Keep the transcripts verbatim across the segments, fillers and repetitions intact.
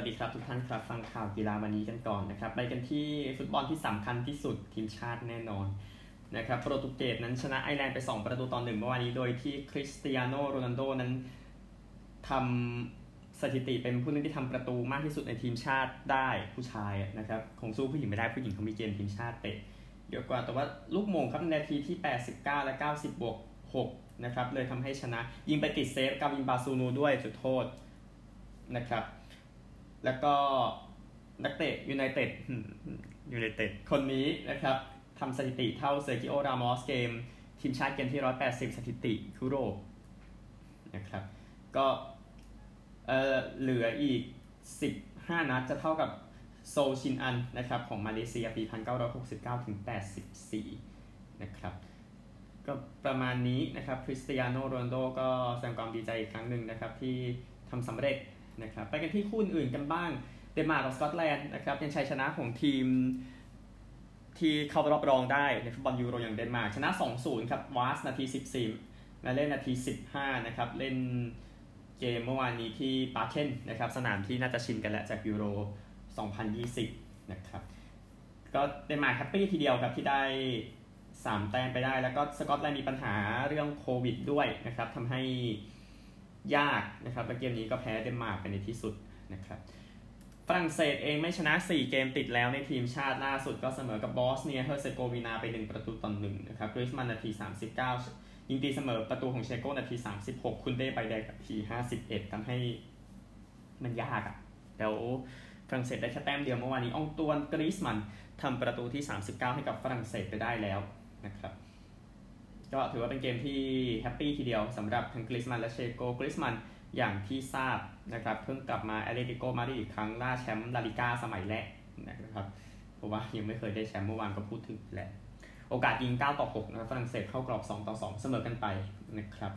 ดีครับทุกท่านครับฟังข่าวกีฬาวันนี้กันก่อนนะครับไปกันที่ฟุตบอลที่สำคัญที่สุดทีมชาติแน่นอนนะครับโปรตุเกสนั้นชนะไอร์แลนด์ไปสองประตูต่อหนึ่งเมื่อวานนี้โดยที่คริสเตียโนโรนัลโดนั้นทำสถิติเป็นผู้เล่นที่ทำประตูมากที่สุดในทีมชาติได้ผู้ชายนะครับคงสู้ผู้หญิงไม่ได้ผู้หญิงเขามีเกณฑ์ทีมชาติเตะเยอะกว่าแต่ว่าลูกโมงครับนาทีที่แปดสิบเก้าและเก้าสิบบวกหกนะครับเลยทำให้ชนะยิงไปติดเซฟกาวินบาซูนูด้วยจุดโทษนะครับแล้วก็นักเตะยูไนเต็ดยูไนเต็ดคนนี้นะครับทำสถิติเท่าเซอร์กิโอ รามอสเกมทีมชาติเกมที่หนึ่งร้อยแปดสิบสถิติยุโรปนะครับก็เอ่อเหลืออีกสิบห้านัดจะเท่ากับโซชินอันนะครับของมาเลเซียปีหนึ่งพันเก้าร้อยหกสิบเก้าถึงแปดสิบสี่นะครับก็ประมาณนี้นะครับคริสเตียโนโรนัลโดก็แสดงความดีใจอีกครั้งหนึ่งนะครับที่ทำสำเร็จนะครับไปกันที่คู่อื่นกันบ้างเดนมาร์กกับสกอตแลนด์นะครับเป็นชัยชนะของทีมที่เข้ารอบรองได้ในฟุตบอลยูโรอย่างเดนมาร์กชนะ สองศูนย์ ครับวาสนาทีสิบสี่และเล่นนาทีสิบห้านะครับเล่นเกมเมื่อวานนี้ที่ปาร์เคนนะครับสนามที่น่าจะชินกันแล้วจากยูโรสองพันยี่สิบนะครับก็เดนมาร์กแฮปปี้ทีเดียวครับที่ได้สามแต้มไปได้แล้วก็สกอตแลนด์มีปัญหาเรื่องโควิดด้วยนะครับทำให้ยากนะครับและเกมนี้ก็แพ้เดนมาร์กไปในที่สุดนะครับฝรั่งเศสเองไม่ชนะสี่เกมติดแล้วในทีมชาติล่าสุดก็เสมอกับบอสเนียเฮอร์เซโกวีนาไปหนึ่งประตูต่อหนึ่งนะครับกริซมันนาทีสามสิบเก้ายิงตีเสมอประตูของเชโก้นาทีสามสิบหกคุณเด้ใบแดงนาทีห้าสิบเอ็ดทำให้มันยากอ่ะเดี๋ยวฝรั่งเศสได้แค่แต้มเดียวเมื่อวานนี้อองตวนกริซมันทำประตูที่สามสิบเก้าให้กับฝรั่งเศสไปได้แล้วนะครับก็ถือว่าเป็นเกมที่แฮปปี้ทีเดียวสำหรับทั้งกริซมันและเชโก้กริซมันอย่างที่ทราบนะครับเพิ่งกลับมาแอตเลติโกมาดริดอีกครั้งล่าแชมป์ลาลิก้าสมัยแรกนะครับเพราะว่ายังไม่เคยได้แชมป์เมื่อวานก็พูดถึงแหละโอกาสยิงเก้าต่อหกนะครับฝรั่งเศสเข้ากรอบสองต่อสองเสมอกันไปนะครับ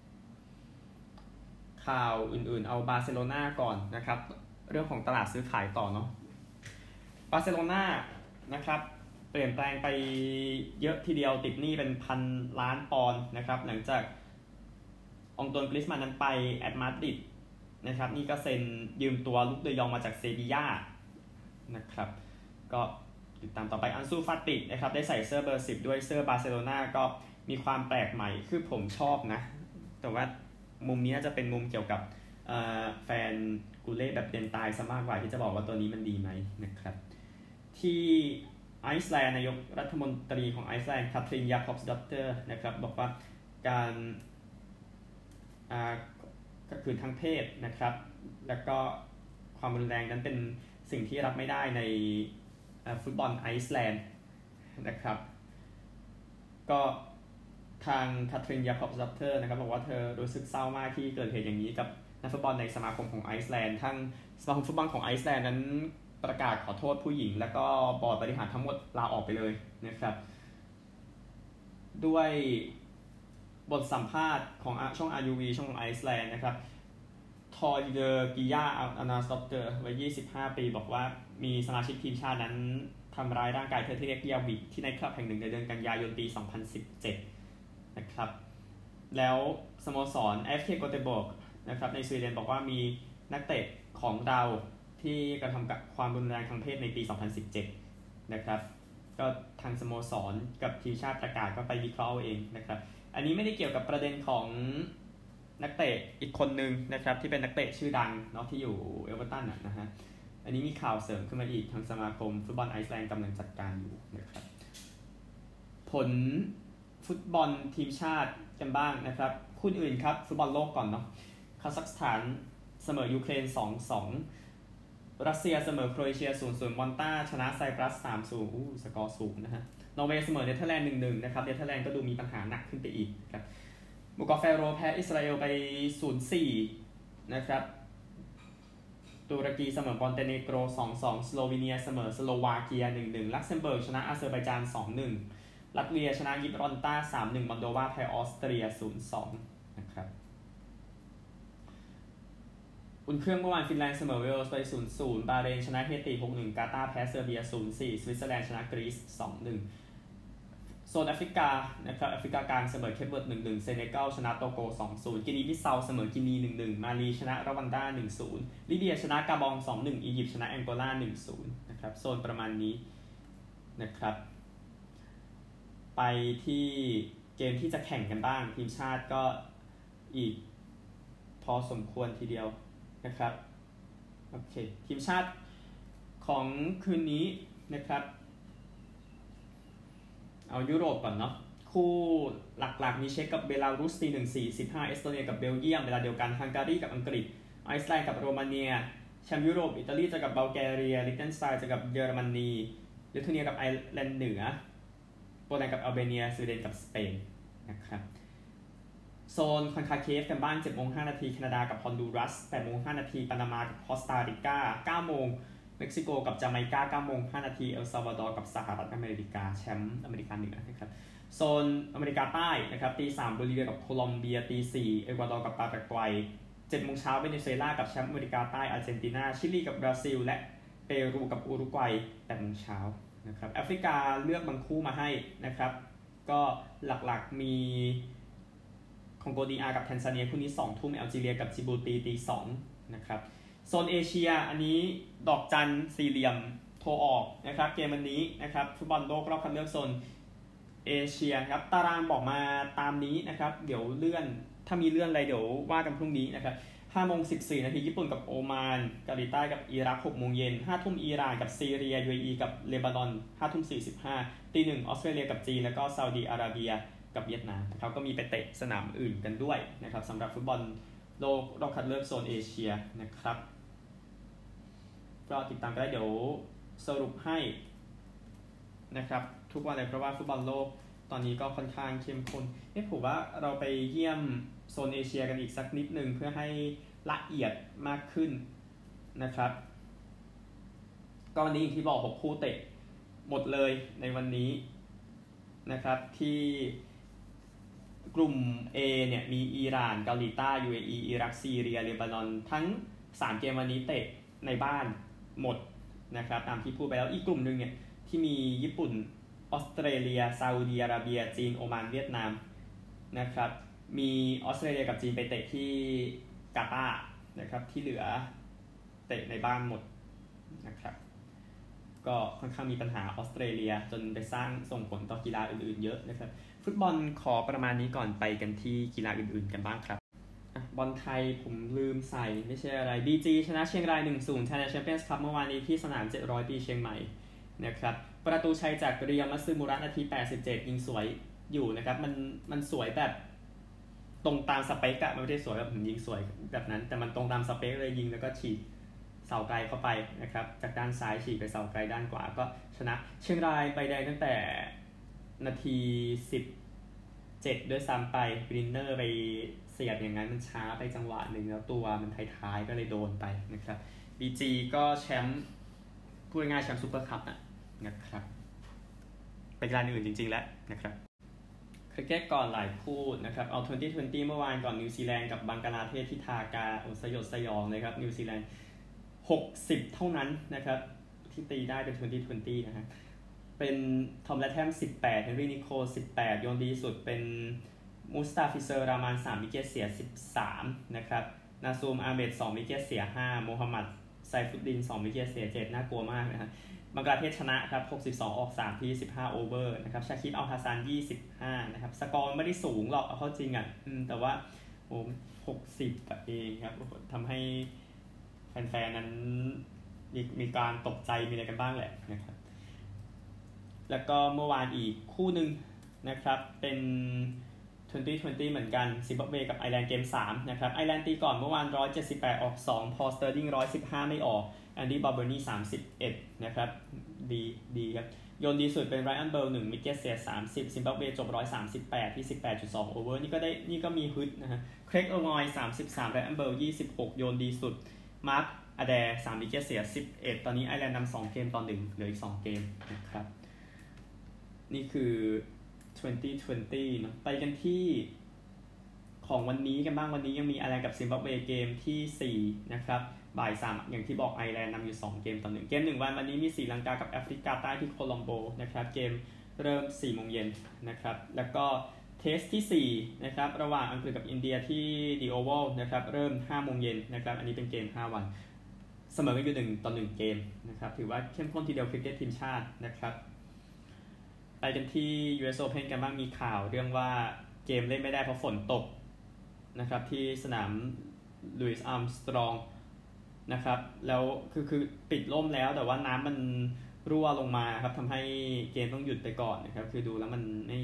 ข่าวอื่นๆเอาบาร์เซโลนาก่อนนะครับเรื่องของตลาดซื้อขายต่อเนาะบาร์เซโลนานะครับเปลี่ยนแปลงไปเยอะทีเดียวติดหนี้เป็นพันล้านปอนด์นะครับหลังจากองตวนกริซมันนั้นไปแอตมาดริดนะครับนี่ก็เซ็นยืมตัวลุกเดยองมาจากเซบีย่านะครับก็ติดตามต่อไปอันซูฟาตินะครับได้ใส่เสื้อเบอร์สิบด้วยเสื้อบาร์เซโลนาก็มีความแปลกใหม่คือผมชอบนะแต่ว่ามุมนี้น่าจะเป็นมุมเกี่ยวกับแฟนกูเล่แบบเดนตายซะมากกว่าที่จะบอกว่าตัวนี้มันดีไหมนะครับที่ไอซ์แลนด์นายกรัฐมนตรีของไอซ์แลนด์คาทรินยาคอบส์ดอตเตอร์นะครับบอกว่าการก็คือทั้งเพศนะครับแล้วก็ความรุนแรงนั้นเป็นสิ่งที่รับไม่ได้ในฟุตบอลไอซ์แลนด์นะครับก็ทางคาทรินยาคอบส์ดอตเตอร์นะครับบอกว่าเธอรู้สึกเศร้ามากที่เกิดเหตุอย่างนี้กับนักฟุตบอลในสมาคมของไอซ์แลนด์ทั้งสมาคมฟุตบอลของไอซ์แลนด์นั้นประกาศขอโทษผู้หญิงแล้วก็บอร์ดบริหารทั้งหมดลาออกไปเลยนะครับด้วยบทสัมภาษณ์ของช่อง อาร์ ยู วี ช่องของไอซ์แลนด์นะครับทอยเดอร์กิยาอานาสต็อปเตอร์วัยยี่สิบห้าปีบอกว่ามีสมาชิกทีมชาตินั้นทำร้ายร่างกายเธอที่เรียกยาวิกที่ในคลับแห่งหนึ่งในเดือนกันยายนปีสองพันสิบเจ็ดนะครับแล้วสโมสร เอฟ เค Göteborg นะครับในสวีเดนบอกว่ามีนักเตะของเราที่กระทำกับความรุนแรงทางเพศในปีสองพันสิบเจ็ดนะครับก็ทางสโมสรกับทีมชาติประกาศก็ไปวิเคราะห์เอาเองนะครับอันนี้ไม่ได้เกี่ยวกับประเด็นของนักเตะอีกคนนึงนะครับที่เป็นนักเตะชื่อดังเนาะที่อยู่เอเวอร์ตันนะฮะอันนี้มีข่าวเสริมขึ้นมาอีกทางสมาคมฟุตบอลไอซ์แลนด์กำลังจัดการอยู่นะครับผลฟุตบอลทีมชาติกันบ้างนะครับคู่อื่นครับฟุตบอลโลกก่อนเนาะคาซัคสถานเสมอยูเครน สองสอง รัสเซียเสมอโครเอเชีย ศูนย์ศูนย์ มอนตาชนะไซปรัส สามศูนย์อู้สกอร์สูงนะฮะนอร์เวย์เสมอเนเธอร์แลนด์ หนึ่งหนึ่ง นะครับเนเธอร์แลนด์ก็ดูมีปัญหาหนักขึ้นไปอีกครับบุกอเฟโรแพ้อิสราเอลไป ศูนย์สี่ นะครับตุรกีเสมอมอนเตเนโกร สองสอง สโลวีเนียเสมอสโลวาเกีย หนึ่งหนึ่ง ลักเซมเบิร์กชนะอาเซอร์ไบจาน สองหนึ่ง ลัตเวียชนะยิบรอนตา สามหนึ่ง มอลโดวาแพ้ออสเตรีย ศูนย์สอง นะครับอุ่นเครื่องเมื่อวานฟินแลนด์เสมอเวลส์ไป ศูนย์ศูนย์ บาห์เรนชนะเฮติ หกหนึ่ง กาตาร์แพ้เซอร์เบีย ศูนย์สี่ สวิตเซอร์แลนด์ชนะกรีซ สองหนึ่ง โซซนแอฟริกานะครับแอฟริกากลางเสมอเคปเวิร์ด หนึ่งหนึ่ง เซเนกัลชนะโตโก สองศูนย์ กินีบิสเซาเสมอกินี หนึ่งหนึ่ง มาลีชนะรวันดา หนึ่งศูนย์ ลิเบียชนะกาบอง สองหนึ่ง อียิปต์ชนะแองโกลา หนึ่งศูนย์ นะครับโซนประมาณนี้นะครับไปที่เกมที่จะแข่งกันบ้างทีมชาติก็อีกพอสมควรทีเดียวนะครับโอเคทีมชาติของคืนนี้นะครับเอายุโรปก่อนเนาะคู่หลักๆมีเช็กกับเบลารุสตีหนึ่ง สี่ สิบห้าเอสโตเนียกับเบลเยียมเวลาเดียวกันฮังการีกับอังกฤษไอซ์แลนด์กับโรมาเนียแชมป์ยุโรปอิตาลีจะกับบัลแกเรียลิเทนสไตน์จะกับเยอรมนีลิทัวเนียกับไอร์แลนด์เหนือโปแลนด์กับอัลเบเนียสวีเดนกับสเปนนะครับโซนคอนคาเคฟกันบ้าง เจ็ดโมงห้านาทีแคนาดากับฮอนดูรัส แปดโมงห้านาทีปานามากับคอสตาริกา เก้าโมงเม็กซิโกกับจาไมกา เก้าโมงห้านาทีเอลซัลวาดอร์กับสหรัฐอเมริกาแชมป์อเมริกาเหนือนะครับโซนอเมริกาใต้นะครับตีสามโบลิเวียกับโคลอมเบียตีสี่เอกวาดอร์กับปารากวัย เจ็ดโมงเช้าเวเนซุเอลากับแชมป์อเมริกาใต้อาร์เจนตินาชิลีกับบราซิลและเปรูกับอุรุกวัย แปดโมงเช้านะครับแอฟริกาเลือกบางคู่มาให้นะครับก็หลักๆมีคองโก ดี อาร์ กับแทนซาเนียคู่นี้สองทุ่มแอลจีเรียกับจิบูตีตีสองนะครับโซนเอเชียอันนี้ดอกจันสี่เหลี่ยมโทรออกนะครับเกมวันนี้นะครับฟุตบอลโลกรอบคัดเลือกโซนเอเชียครับตารางบอกมาตามนี้นะครับเดี๋ยวเลื่อนถ้ามีเลื่อนอะไรเดี๋ยวว่ากันพรุ่งนี้นะครับห้าโมงสิบสี่นาทีญี่ปุ่นกับโอมานเกาหลีใต้กับอิรักหกโมงเย็นห้าทุ่มอิหร่านกับซีเรีย ยู เอ อี กับเลบานอนห้าทุ่มสี่สิบห้าตีหนึ่งออสเตรเลียกับจีนแล้วก็ซาอุดีอาระเบียกับเวียดนามนะครับก็มีไปเตะสนามอื่นกันด้วยนะครับสำหรับฟุตบอลโลกรอบคัดเลือกโซนเอเชียนะครับก็ติดตามกันได้เดี๋ยวสรุปให้นะครับทุกวันเลยเพราะว่าฟุตบอลโลกตอนนี้ก็ค่อนข้างเข้มข้นเอ๊ะผมว่าเราไปเยี่ยมโซนเอเชียกันอีกสักนิดนึงเพื่อให้ละเอียดมากขึ้นนะครับก็วันนี้อย่างที่บอกหกคู่เตะหมดเลยในวันนี้นะครับที่กลุ่ม A เนี่ยมีอิหร่านเกาหลีใต้ ยู เอ อี อิรักซีเรียเลบานอนทั้งสามเกมวันนี้เตะในบ้านหมดนะครับตามที่พูดไปแล้วอีกกลุ่มนึงเนี่ยที่มีญี่ปุ่นออสเตรเลียซาอุดีอาระเบียจีนโอมานเวียดนามนะครับมีออสเตรเลียกับจีนไปเตะที่กาตาร์นะครับที่เหลือเตะในบ้านหมดนะครับก็ค่อนข้างมีปัญหาออสเตรเลียจนไปสร้างส่งผลต่อกีฬาอื่นๆเยอะนะครับฟุตบอลขอประมาณนี้ก่อนไปกันที่กีฬาอื่นๆกันบ้างครับบอลไทยผมลืมใส่ไม่ใช่อะไร บี จี ชนะเชียงราย หนึ่งศูนย์ Thailand Champions Cup เมื่อวานนี้ที่สนามเจ็ดร้อยปีเชียงใหม่นะครับประตูชัยจากเรียมัตสึมุระนาทีแปดสิบเจ็ดยิงสวยอยู่นะครับมันมันสวยแบบตรงตามสเปคอะมันไม่ได้สวยแบบผมยิงสวยแบบนั้นแต่มันตรงตามสเปคเลยยิงแล้วก็ฉีดเสาไกลเข้าไปนะครับจากด้านซ้ายฉีดไปเสาไกลด้านขวาก็ชนะเชียงรายใบแดงตั้งแต่นาทีสิบเจ็ดด้วยซ้ำไปบรินเนอร์ไปเสียบอย่างนั้นมันช้าไปจังหวะหนึ่งแล้วตัวมันท้ายๆก็เลยโดนไปนะครับ บี จี ก็แชมป์พูดง่ายๆแชมป์ซุปเปอร์คัพนะครับเป็นกีฬาอื่นจริงๆแล้วนะครับคริกเก็ตก่อนหลายคู่นะครับเอายี่สิบยี่สิบเมื่อวานก่อนนิวซีแลนด์กับบังกลาเทศที่ทากาโอสยดสยองเลยครับนิวซีแลนด์หกสิบเท่านั้นนะครับที่ตีได้เป็นยี่สิบยี่สิบนะฮะเป็นทอมและแทมสิบแปดเฮนรี่นิโคลสิบแปดโยนดีสุดเป็นมุสตาฟิเซอร์รามานสามวิกเก็ตเสียสิบสามนะครับนาซูมอาเมดสองวิกเก็ตเสียห้าโมฮัมหมัดไซฟุดดินสองวิกเก็ตเสียเจ็ดน่ากลัวมากนะฮะบังกลาเทศชนะครับหกสิบสองออกสามที่สิบห้าโอเวอร์นะครับชาคิดอัลฮาซานยี่สิบห้านะครับสกอร์ไม่ได้สูงหรอกเอาเข้าจริงอ่ะแต่ว่าโอ้หกสิบเองครับทำให้แฟนๆนั้นมีการตกใจมีอะไรกันบ้างแหละนะครับแล้วก็เมื่อวานอีกคู่นึงนะครับเป็นยี่สิบยี่สิบเหมือนกันซิมบับเวกับไอร์แลนด์เกมสามนะครับไอร์แลนด์ตีก่อนเมื่อวานหนึ่งร้อยเจ็ดสิบแปดออกสองพอสเตอร์ลิงหนึ่งร้อยสิบห้าไม่ออกแอนดี้บาร์เบอร์นี่สามสิบเอ็ดนะครับดีดีครับโยนดีสุดเป็นไรอันเบิร์ลหนึ่งมิกเก็ตเสียสามสิบซิมบับเวจบหนึ่งร้อยสามสิบแปดที่ สิบแปดจุดสอง โอเวอร์นี่ก็ได้นี่ก็มีฮึดนะฮะเครกเออร์งอยสามสิบสามไรอันเบิร์ลยี่สิบหกโยนดีสุดมาร์คอแดร์สามมิกเก็ตเสียสิบเอ็ดตอนนี้ไอร์แลนด์นำสองเกมต่อหนึ่งเหลืออีกสองเกมนะครับนี่คือยี่สิบยี่สิบเนาะไปกันที่ของวันนี้กันบ้างวันนี้ยังมีไอร์แลนด์กับซิมบับเวเกมที่สี่นะครับบ่ายสามอย่างที่บอกไอร์แลนด์นำอยู่สองเกมต่อหนึ่งเกมหนึ่งวันวันนี้มีศรีลังกากับแอฟริกาใต้ที่โคลัมโบนะครับเกมเริ่ม สี่โมงเย็นนะครับแล้วก็เทสที่สี่นะครับระหว่างอังกฤษกับอินเดียที่ The Oval นะครับเริ่ม ห้าโมงเย็นนะครับอันนี้เป็นเกมห้าวันเสมอกันอยู่หนึ่งต่อหนึ่งเกมนะครับถือว่าเข้มข้นทีเดียวคริกเก็ตทีมชาตินะครับไปกันที่ ยู เอส Open กันบ้างมีข่าวเรื่องว่าเกมเล่นไม่ได้เพราะฝนตกนะครับที่สนามลุยส์อาร์มสตรองนะครับแล้วคือคือปิดร่มแล้วแต่ว่าน้ำมันรั่วลงมาครับทำให้เกมต้องหยุดไปก่อนนะครับคือดูแล้วมันไม่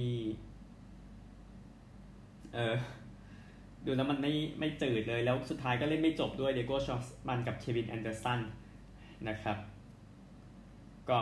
เออดูแล้วมันไม่ไม่จืดเลยแล้วสุดท้ายก็เล่นไม่จบด้วยเดโก้ชอสมันกับเควินแอนเดอร์สันนะครับก็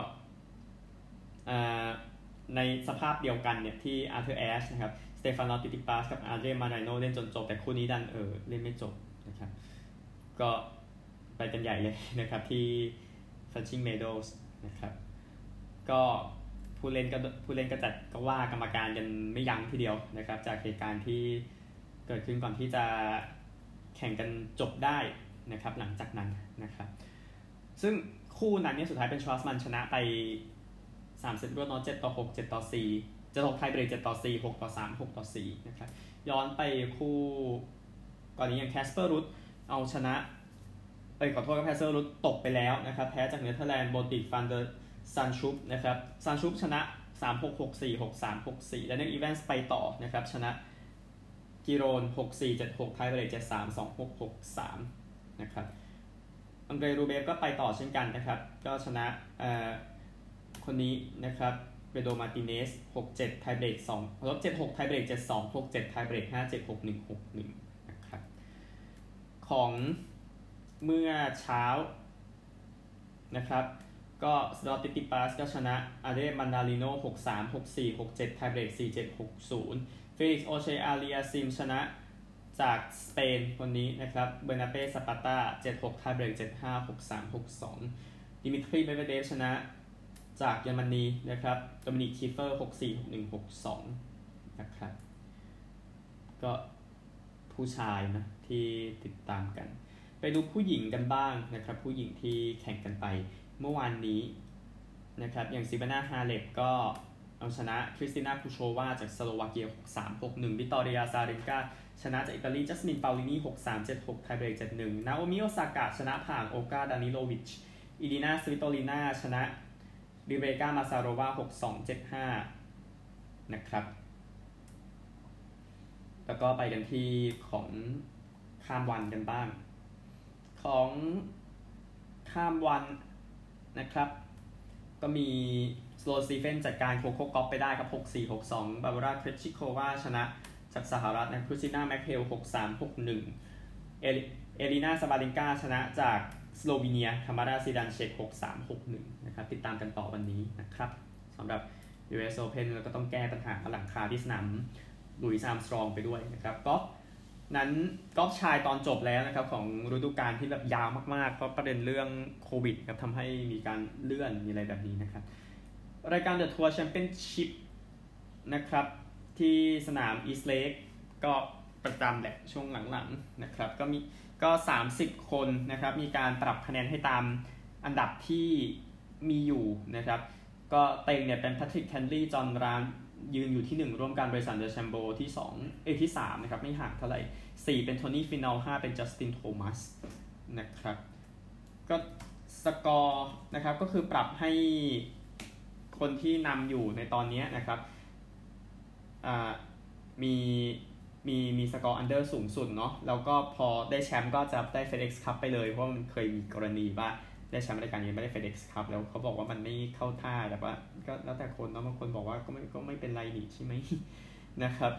ในสภาพเดียวกันเนี่ยที่อาร์เธอร์แอชนะครับสเตฟานอสติติปาสกับอาร์เดรมาไนโนเล่นจนจบแต่คู่นี้ดันเออเล่นไม่จบนะครับก็ไปกันใหญ่เลยนะครับที่ Flushing Meadows นะครับก็ผู้เล่นก็ผู้เล่นก็จัดก็ว่ากรรมการกันไม่ยั้งทีเดียวนะครับจากเหตุการณ์ที่เกิดขึ้นก่อนที่จะแข่งกันจบได้นะครับหลังจากนั้นนะครับซึ่งคู่นั้นเนี่ยสุดท้ายเป็นชอสมันชนะไปสามเซตรวดเนาะเจ็ดต่อหก เจ็ดต่อสี่จะตกไทยเบรกเจ็ดต่อสี่ หกต่อสาม หกต่อสี่นะครับย้อนไปคู่ก่อนนี้ยังแคสเปอร์รุดเอาชนะเอ้ยขอโทษครับแคสเปอร์รุดตกไปแล้วนะครับแพ้จากเนเธอร์แลนด์โบติกฟันเดอร์ซันชุปนะครับซันชุปชนะ สาม หก หก สี่ หก สาม หก สี่และเนกอีแวนส์ไปต่อนะครับชนะกิโรน หก สี่ เจ็ด หก ไทยเบรก เจ็ด สาม สอง หก หก สามนะครับอังเดรรูเบฟก็ไปต่อเช่นกันนะครับก็ชนะเอ่อคนนี้นะครับเปโดรมาร์ติเนส หก เจ็ด ไทยเบรกสองลบ เจ็ด หก ไทยเบรก เจ็ด สอง หก เจ็ด ไทยเบรก ห้า เจ็ด หก หนึ่ง หก หนึ่งนะครับของเมื่อเช้านะครับก็สตอติติปาสก็ชนะอาเดมันดาลิโน หก สาม หก สี่ หก เจ็ด ไทยเบรก สี่ เจ็ด หก ศูนย์เฟลิกซ์โอเชอาเรียซิมชนะจากสเปนคนนี้นะครับเบอร์นาเป้ซาปาต้า เจ็ด หก ไทยเบรก เจ็ด ห้า หก สาม หก สองดิมิทรีเมเวเดฟชนะจากเยอรมนีนะครับโดมินิกคีเฟอร์ หก สี่ หก หนึ่ง หก สองนะครับก็ผู้ชายนะที่ติดตามกันไปดูผู้หญิงกันบ้างนะครับผู้หญิงที่แข่งกันไปเมื่อวานนี้นะครับอย่างซิบาน่าฮาเลปก็เอาชนะคริสติน่าคูโชวาจากสโลวาเกีย หก สาม หก หนึ่งวิตอเรียซาเรนกาชนะจากอิตาลีจัสมินเปาลินี หก สาม เจ็ด หก ไทยเบรก เจ็ด หนึ่งนาโอมิโอซากะชนะผ่านโอกาดานิโลวิชอีลีนาสวิโตลิน่าชนะริเบก้ามาซาโรวา หก สอง เจ็ด ห้านะครับแล้วก็ไปกันที่ของข้ามวันกันบ้างของข้ามวันนะครับก็มีสโลซีเฟนจัดการโคโค่กอล์ฟไปได้ครับ หก สี่ หก สอง บาบาร่าเครชิโควาชนะจากสหรัฐนะครูซิน่าแมคเฮล หก สาม หก หนึ่ง เอเอลินาซาบาลินกาชนะจากสโลวีเนียคามาราซิดันเชค หก สาม หก หนึ่งนะครับติดตามกันต่อวันนี้นะครับสำหรับ ยู เอส Open แล้วก็ต้องแก้ปัญหาหลังคาที่สนามลุยส์อาร์มสตรองไปด้วยนะครับก็นั้นกอล์ฟชายตอนจบแล้วนะครับของฤดูกาลที่แบบยาวมากๆเพราะประเด็นเรื่องโควิดครับทำให้มีการเลื่อนมีอะไรแบบนี้นะครับรายการ The Tour Championship นะครับที่สนาม East Lake ก็ประจำแหละช่วงหลังๆนะครับก็มีก็สามสิบคนนะครับมีการปรับคะแนนให้ตามอันดับที่มีอยู่นะครับก็เต็งเนี่ยเป็นแพทริกแคนลี่จอห์นรามยืนอยู่ที่หนึ่งร่วมกันบริษัทเดอแชมโบที่สองเอ้ยที่สามนะครับไม่ห่างเท่าไหร่สี่เป็นโทนี่ฟินัลห้าเป็นจัสตินโทมัสนะครับก็สกอร์นะครับก็คือปรับให้คนที่นำอยู่ในตอนนี้นะครับอ่ามีมีมีสกอร์อันเดอร์สูงสุดเนาะแล้วก็พอได้แชมป์ก็จะได้ FedEx Cup ไปเลยเพราะมันเคยมีกรณีว่าได้แชมป์รายการนี้ไม่ได้ FedEx Cup แล้วเขาบอกว่ามันไม่เข้าท่าแต่ว่าก็แล้วแต่คนเนาะบางคนบอกว่าก็ไม่ก็ไม่เป็นไรนี่ใช่ไหมนะครับ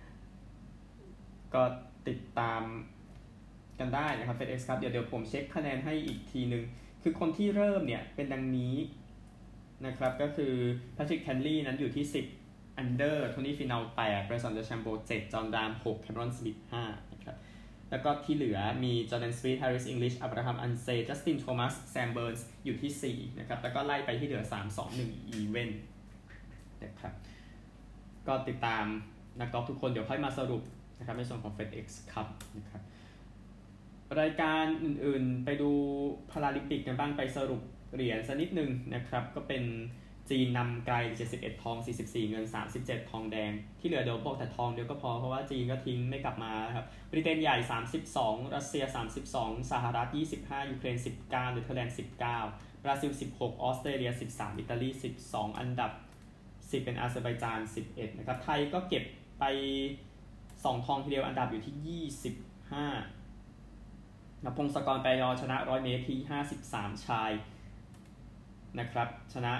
ก็ติดตามกันได้นะครับ FedEx Cup เดี๋ยวเดี๋ยวผมเช็คคะแนนให้อีกทีนึงคือคนที่เริ่มเนี่ยเป็นดังนี้นะครับก็คือ Patrick Cantley นั้นอยู่ที่สิบอันเดอร์โทนี่ฟินัลแปด Bryson DeChambeau เจ็ด จอห์นรามหก แคมรอนสมิธห้านะครับแล้วก็ที่เหลือมีจอร์แดนสวีท แฮร์ริส อิงลิช อับราฮัม อันเซ จัสติน โทมัส แซม เบิร์นส์อยู่ที่สี่นะครับแล้วก็ไล่ไปที่เหลือสาม สอง หนึ่ง อีเวนต์นะครับก็ติดตามนักกอล์ฟทุกคนเดี๋ยวค่อยมาสรุปนะครับในส่วนของ FedEx Cup นะครับรายการอื่นๆไปดูพาราลิมปิกกันบ้างไปสรุปเหรียญสักนิดนึงนะครับก็เป็นเจจีนนำไกลเจ็ดสิบเอ็ดทองสี่สิบสี่เงินสามสิบเจ็ดทองแดงที่เหลือเดี๋ยวบอกแต่ทองเดียวก็พอเพราะว่าจีนก็ทิ้งไม่กลับมาครับบริเตนใหญ่สามสิบสองรัสเซียสามสิบสองสหรัฐยี่สิบห้ายูเครนสิบเก้าเนเธอร์แลนด์สิบเก้าบราซิลสิบหกออสเตรเลียสิบสามอิตาลีสิบสองอันดับสิบเป็นอาเซอร์ไบจานสิบเอ็ดนะครับไทยก็เก็บไปสองทองทีเดียวอันดับอยู่ที่ยี่สิบห้านพงศกรไปรอชนะหนึ่งร้อยเมตรที่ห้าสิบสามชายนะครับชนะ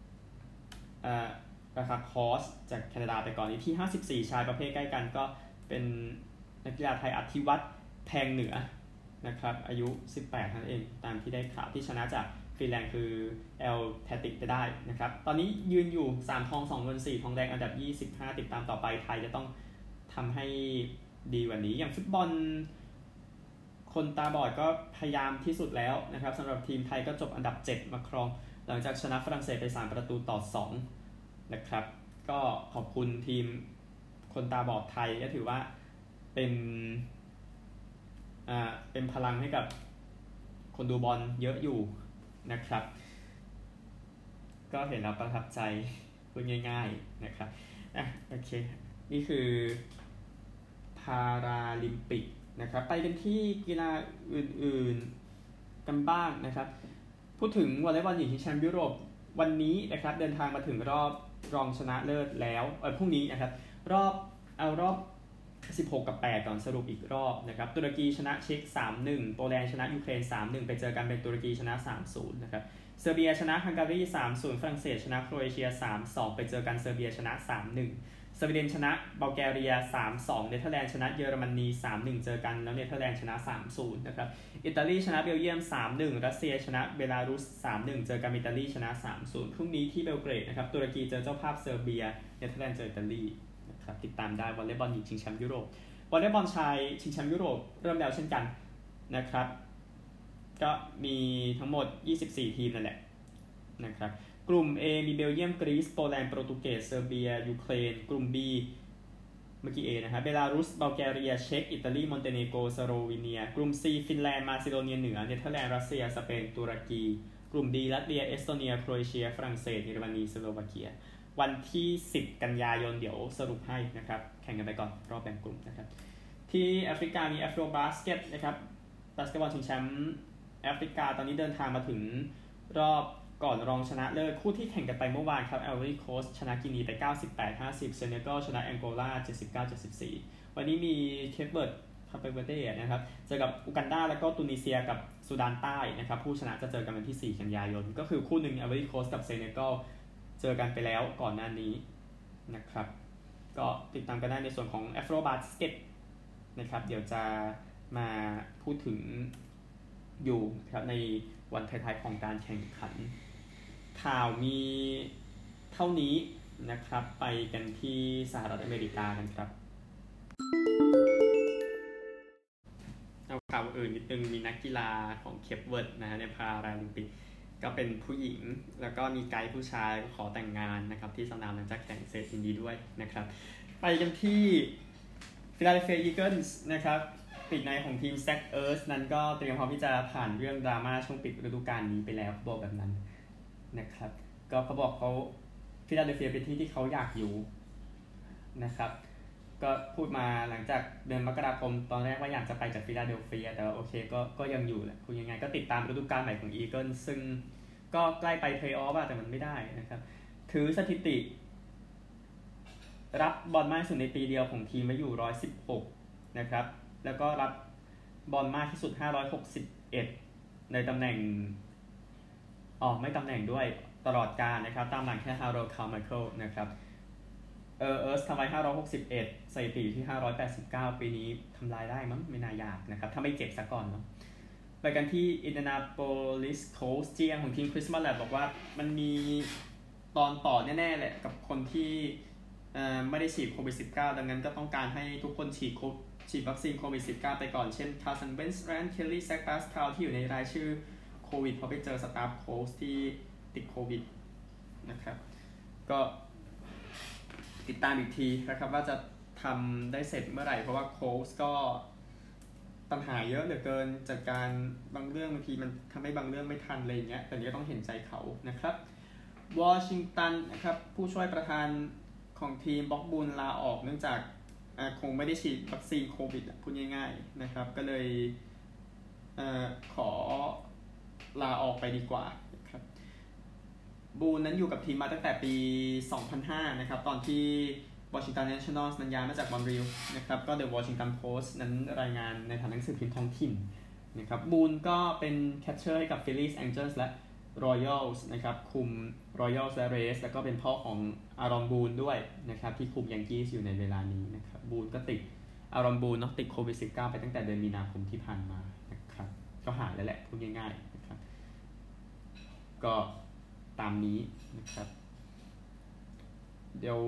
ราคาคอสจากแคนาดาไปก่อนนี้ที่ห้าสิบสี่ชายประเภทใกล้กันก็เป็นนักกีฬาไทยอธิวัฒน์แพงเหนือนะครับอายุสิบแปดนั่นเองตามที่ได้ข่าวที่ชนะจากฟินแลนด์คือเอลแทติกไปได้นะครับตอนนี้ยืนอยู่สามทองสองเงินสี่ทองแดงอันดับยี่สิบห้าติดตามต่อไปไทยจะต้องทำให้ดีกว่านี้อย่างฟุตบอลคนตาบอดก็พยายามที่สุดแล้วนะครับสำหรับทีมไทยก็จบอันดับเจ็ดมาครองหลังจากชนะฝรั่งเศสไปสามประตูต่อสองนะครับก็ขอบคุณทีมคนตาบอดไทยก็ถือว่าเป็นอ่าเป็นพลังให้กับคนดูบอลเยอะอยู่นะครับก็เห็นแล้วประทับใจพูดง่ายๆนะครับอ่ะโอเคนี่คือพาราลิมปิกนะครับไปกันที่กีฬาอื่นๆกันบ้างนะครับพูดถึงวอลเลย์บอลหญิงชิงแชมป์ยุโรปวันนี้นะครับเดินทางมาถึงรอบรองชนะเลิศแล้วเออพรุ่งนี้นะครับรอบเอารอบสิบหกกับแปดก่อนสรุปอีกรอบนะครับตุรกีชนะเช็ก สามหนึ่ง โปแลนด์ชนะยูเครน สามหนึ่ง ไปเจอกันเป็นตุรกีชนะ สามศูนย์ นะครับเซอร์เบียชนะฮังการี สามศูนย์ ฝรั่งเศสชนะโครเอเชีย สามสอง ไปเจอกันเซอร์เบียชนะ สามหนึ่ง สวีเดนชนะบัลแกเรีย สามสอง เนเธอร์แลนด์ชนะเยอรมนี สามหนึ่ง เจอกันแล้วเนเธอร์แลนด์ชนะ สามศูนย์ นะครับอิตาลีชนะเบลเยียม สามหนึ่ง รัสเซียชนะเบลารุส สามหนึ่ง เจอกันอิตาลีชนะ สามศูนย์ พรุ่งนี้ที่เบลเกรดนะครับตุรกีเจอเจ้าภาพเซอร์เบียเนเธอร์แลนด์เจออิตาลีนะครับติดตามได้วอลเลย์บอลหญิงชิงแชมป์ยุโรปวอลเลย์บอลชายชิงแชมป์ยุโรปเริ่มแล้วเช่นกันนะครับก็มีทั้งหมดยี่สิบสี่ทีมนั่นแหละนะครับกลุ่ม A มีเบลเยียมกรีซโปแลนด์โปรตุเกสเซอร์เบียยูเครนกลุ่ม B เมื่อกี้ A นะครับเบลารุสบัลแกเรียเช็กอิตาลีมอนเตเนโกรสโลวีเนียกลุ่ม C ฟินแลนด์มาซิโดเนียเหนือเนเธอร์แลนด์รัสเซียสเปนตุรกีกลุ่ม D ลัตเวียเอสโตเนียโครเอเชียฝรั่งเศสเยอรมนีสโลวาเกียวันที่สิบกันยายนเดี๋ยวสรุปให้นะครับแข่งกันไปก่อนรอบแบ่งกลุ่มนะครับที่แอฟริกามีแอฟโรบาสเกตนะครับบาสเกตบอลชิงแชมป์แอฟริกาตอนนี้เดินทางมาถึงรอบก่อนรองชนะเลิศคู่ที่แข่งกันไปเมื่อวานครับแอลเวอรี่โคสต์ชนะกินีไป เก้าสิบแปดห้าสิบ เซเนกัลชนะแองโกลา เจ็ดสิบเก้าเจ็ดสิบสี่ วันนี้มีเคปเบิร์ดคาเปเวเต้นะครับเจอกับอูกันดาแล้วก็ตุนิเซียกับซูดานใต้นะครับผู้ชนะจะเจอกันวันที่สี่กันยายนก็คือคู่หนึ่งแอลเวอรี่โคสต์กับเซเนกัลเจอกันไปแล้วก่อนหน้านี้นะครับก็ติดตามกันได้ในส่วนของแอฟโรบาสเกตนะครับเดี๋ยวจะมาพูดถึงอยู่ครับในวันท้ายๆของการแข่งขันข่าวมีเท่านี้นะครับไปกันที่สหรัฐอเมริกากันครับเอาข่าวอื่นนิดนึงมีนักกีฬาของเคปเวิร์ดนะในพาราลิมปิกก็เป็นผู้หญิงแล้วก็มีไกด์ผู้ชายขอแต่งงานนะครับที่สนามหลังจากแข่งเสร็จยินดีด้วยนะครับไปกันที่ฟิลาเดลเฟียอีเกิลส์นะครับปีกในของทีมแซคเอิร์ธนั้นก็เตรียมพร้อมที่จะผ่านเรื่องดราม่าช่วงปิดฤดูกาลนี้ไปแล้วบอกแบบนั้นนะครับก็เขาบอกเขาฟิลาเดลเฟียเป็นที่ที่เขาอยากอยู่นะครับก็พูดมาหลังจากเดือนมกราคมตอนแรกว่าอยากจะไปจากฟิลาเดลเฟียแต่ว่าโอเคก็ก็ยังอยู่แหละคุณยังไงก็ติดตามฤดูกาลใหม่ของอีเกิลซึ่งก็ใกล้ไปเพลย์ออฟแต่มันไม่ได้นะครับถือสถิติรับบอลมากที่สุดในปีเดียวของทีมไว้อยู่หนึ่งร้อยสิบหกนะครับแล้วก็รับบอลมากที่สุดห้าร้อยหกสิบเอ็ดในตำแหน่งอ๋อไม่ตำแหน่งด้วยตลอดกาลนะครับตามหลังแค่ฮาร์โรลด์ คาร์ไมเคิลนะครับเออเอิร์ธทำไว้ห้าร้อยหกสิบเอ็ดสถิติที่ห้าร้อยแปดสิบเก้าปีนี้ทำลายได้มั้งไม่น่ายากนะครับถ้าไม่เจ็บซะก่อนเนาะไปกันที่อินเดียนาโพลิสโคสต์ จี เอ็ม ของทีมคริสมาแลบบอกว่ามันมีตอนต่อแน่ๆแหละกับคนที่เอ่อไม่ได้ฉีดโควิด สิบเก้า ดังนั้นก็ต้องการให้ทุกคนฉีดโคฉีดวัคซีนโควิด สิบเก้า ไปก่อนเช่นคาร์สัน เบนส์ แรนด์ เคลลี่ แซค บาสคาวที่อยู่ในรายชื่อโควิดเพราะไปเจอสตาฟโค้ชที่ติดโควิดนะครับก็ติดตามอีกทีนะครับว่าจะทำได้เสร็จเมื่อไหร่เพราะว่าโค้ชก็ปัญหาเยอะเหลือเกินจากการบางเรื่องบางทีมันทำให้บางเรื่องไม่ทันอะไรอย่างเงี้ยแต่นี้ก็ต้องเห็นใจเขานะครับวอชิงตันนะครับผู้ช่วยประธานของทีมบ็อกบูลลาออกเนื่องจากคงไม่ได้ฉีดวัคซีนโควิดพูดง่ายๆนะครับก็เลยเอ่อขอลาออกไปดีกว่านะครับบูลนั้นอยู่กับทีมมาตั้งแต่ปีสองพันห้านะครับตอนที่วอชิงตันเนชั่นแนลส์นั้นย้ายมาจากมอนทรีออลนะครับก็เดอะวอชิงตันโพสต์นั้นรายงานในฐานะหนังสือพิมพ์ท้องถิ่นนะครับบูลก็เป็นแคชเชอร์ให้กับ Phillies Angels และ Royals นะครับคุม Royals และ Rays แล้วก็เป็นพ่อของอารอนบูลด้วยนะครับที่คุมยังกี้อยู่ในเวลานี้นะครับบูลก็ติดอารอนบูลเนาะติดโควิด สิบเก้า ไปตั้งแต่เดือนมีนาคมที่ผ่านมานะครับก็หายแล้วแหละพูดง่ายๆนะครับก็ตามนี้นะครับเดี๋ยว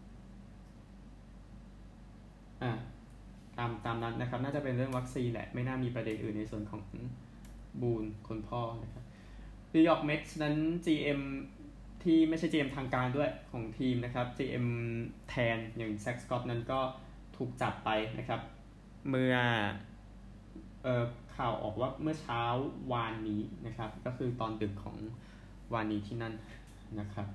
อ่าตามตามนั้นนะครับน่าจะเป็นเรื่องวัคซีนแหละไม่น่ามีประเด็นอื่นในส่วนของบูลคนพ่อนะครับนิวยอร์กเมทส์นั้น จี เอ็ม ที่ไม่ใช่ จี เอ็ม ทางการด้วยของทีมนะครับ จี เอ็ม แทนอย่างแซ็กสกอตนั้นก็ถูกจับไปนะครับเมื่อเอ่อข่าวออกว่าเมื่อเช้าวานนี้นะครับก็คือตอนดึกของวานนี้ที่นั่นนะครับ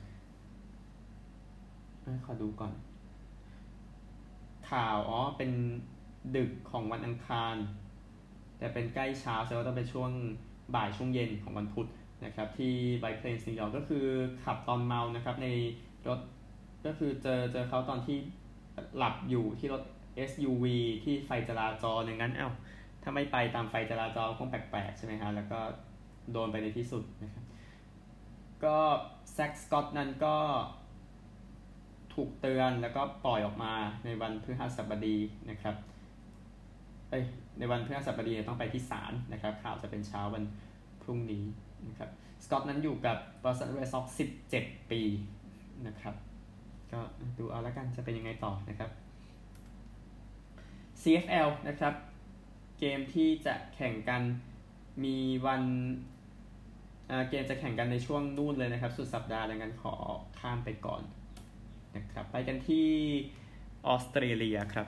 ขอดูก่อนข่าวอ๋อเป็นดึกของวันอังคารแต่เป็นใกล้เช้าแสดงว่าต้องเป็นช่วงบ่ายช่วงเย็นของวันพุธนะครับที่ไบเพลนส์นิวยอร์กก็คือขับตอนเมานะครับในรถก็คือเจอเจอเขาตอนที่หลับอยู่ที่รถ เอส ยู วี ที่ไฟจราจรอย่างนั้นเอ้าถ้าไม่ไปตามไฟจราจรคงแปลกๆใช่ไหมฮะแล้วก็โดนไปในที่สุดนะครับก็แซ็กสกอตนั้นก็ถูกเตือนแล้วก็ปล่อยออกมาในวันพฤหัสบดีนะครับเอ้ยในวันพฤหัสบดีต้องไปที่ศาลนะครับข่าวจะเป็นเช้าวันพรุ่งนี้นะครับสกอตนั้นอยู่กับบอสตันเรดซ็อกซ์สิบเจ็ดปีนะครับก็ดูเอาละกันจะเป็นยังไงต่อนะครับ ซี เอฟ แอล นะครับเกมที่จะแข่งกันมีวันเกมจะแข่งกันในช่วงนู่นเลยนะครับสุดสัปดาห์ดังนั้นขอข้ามไปก่อนนะครับไปกันที่ออสเตรเลียครับ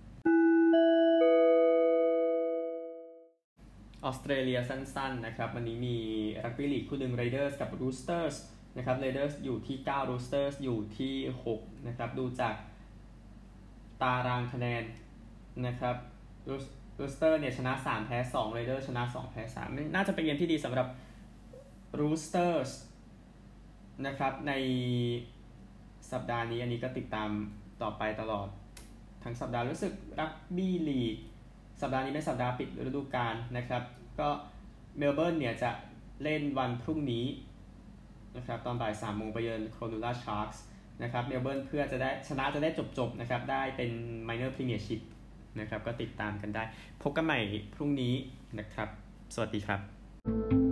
ออสเตรเลียสั้นๆนะครับวันนี้มีรักบี้ลีกคู่หนึ่ง Raiders กับ Roosters นะครับ Raiders อยู่ที่เก้า Roosters อยู่ที่หกนะครับดูจากตารางคะแนนนะครับ Roosters เนี่ยชนะสามแพ้สอง Raiders ชนะสองแพ้สามน่าจะเป็นเกมที่ดีสำหรับ Roosters นะครับในสัปดาห์นี้อันนี้ก็ติดตามต่อไปตลอดทั้งสัปดาห์รู้สึกรักบี้ลีกสัปดาห์นี้เป็นสัปดาห์ปิดฤดูกาลนะครับก็เมลเบิร์นเนี่ยจะเล่นวันพรุ่งนี้นะครับตอนบ่ายสามโมงไปเยือนโคโรนาชาร์กส์นะครับเมลเบิร์นเพื่อจะได้ชนะจะได้จบๆนะครับได้เป็น Minor Premiership นะครับก็ติดตามกันได้พบกันใหม่พรุ่งนี้นะครับสวัสดีครับ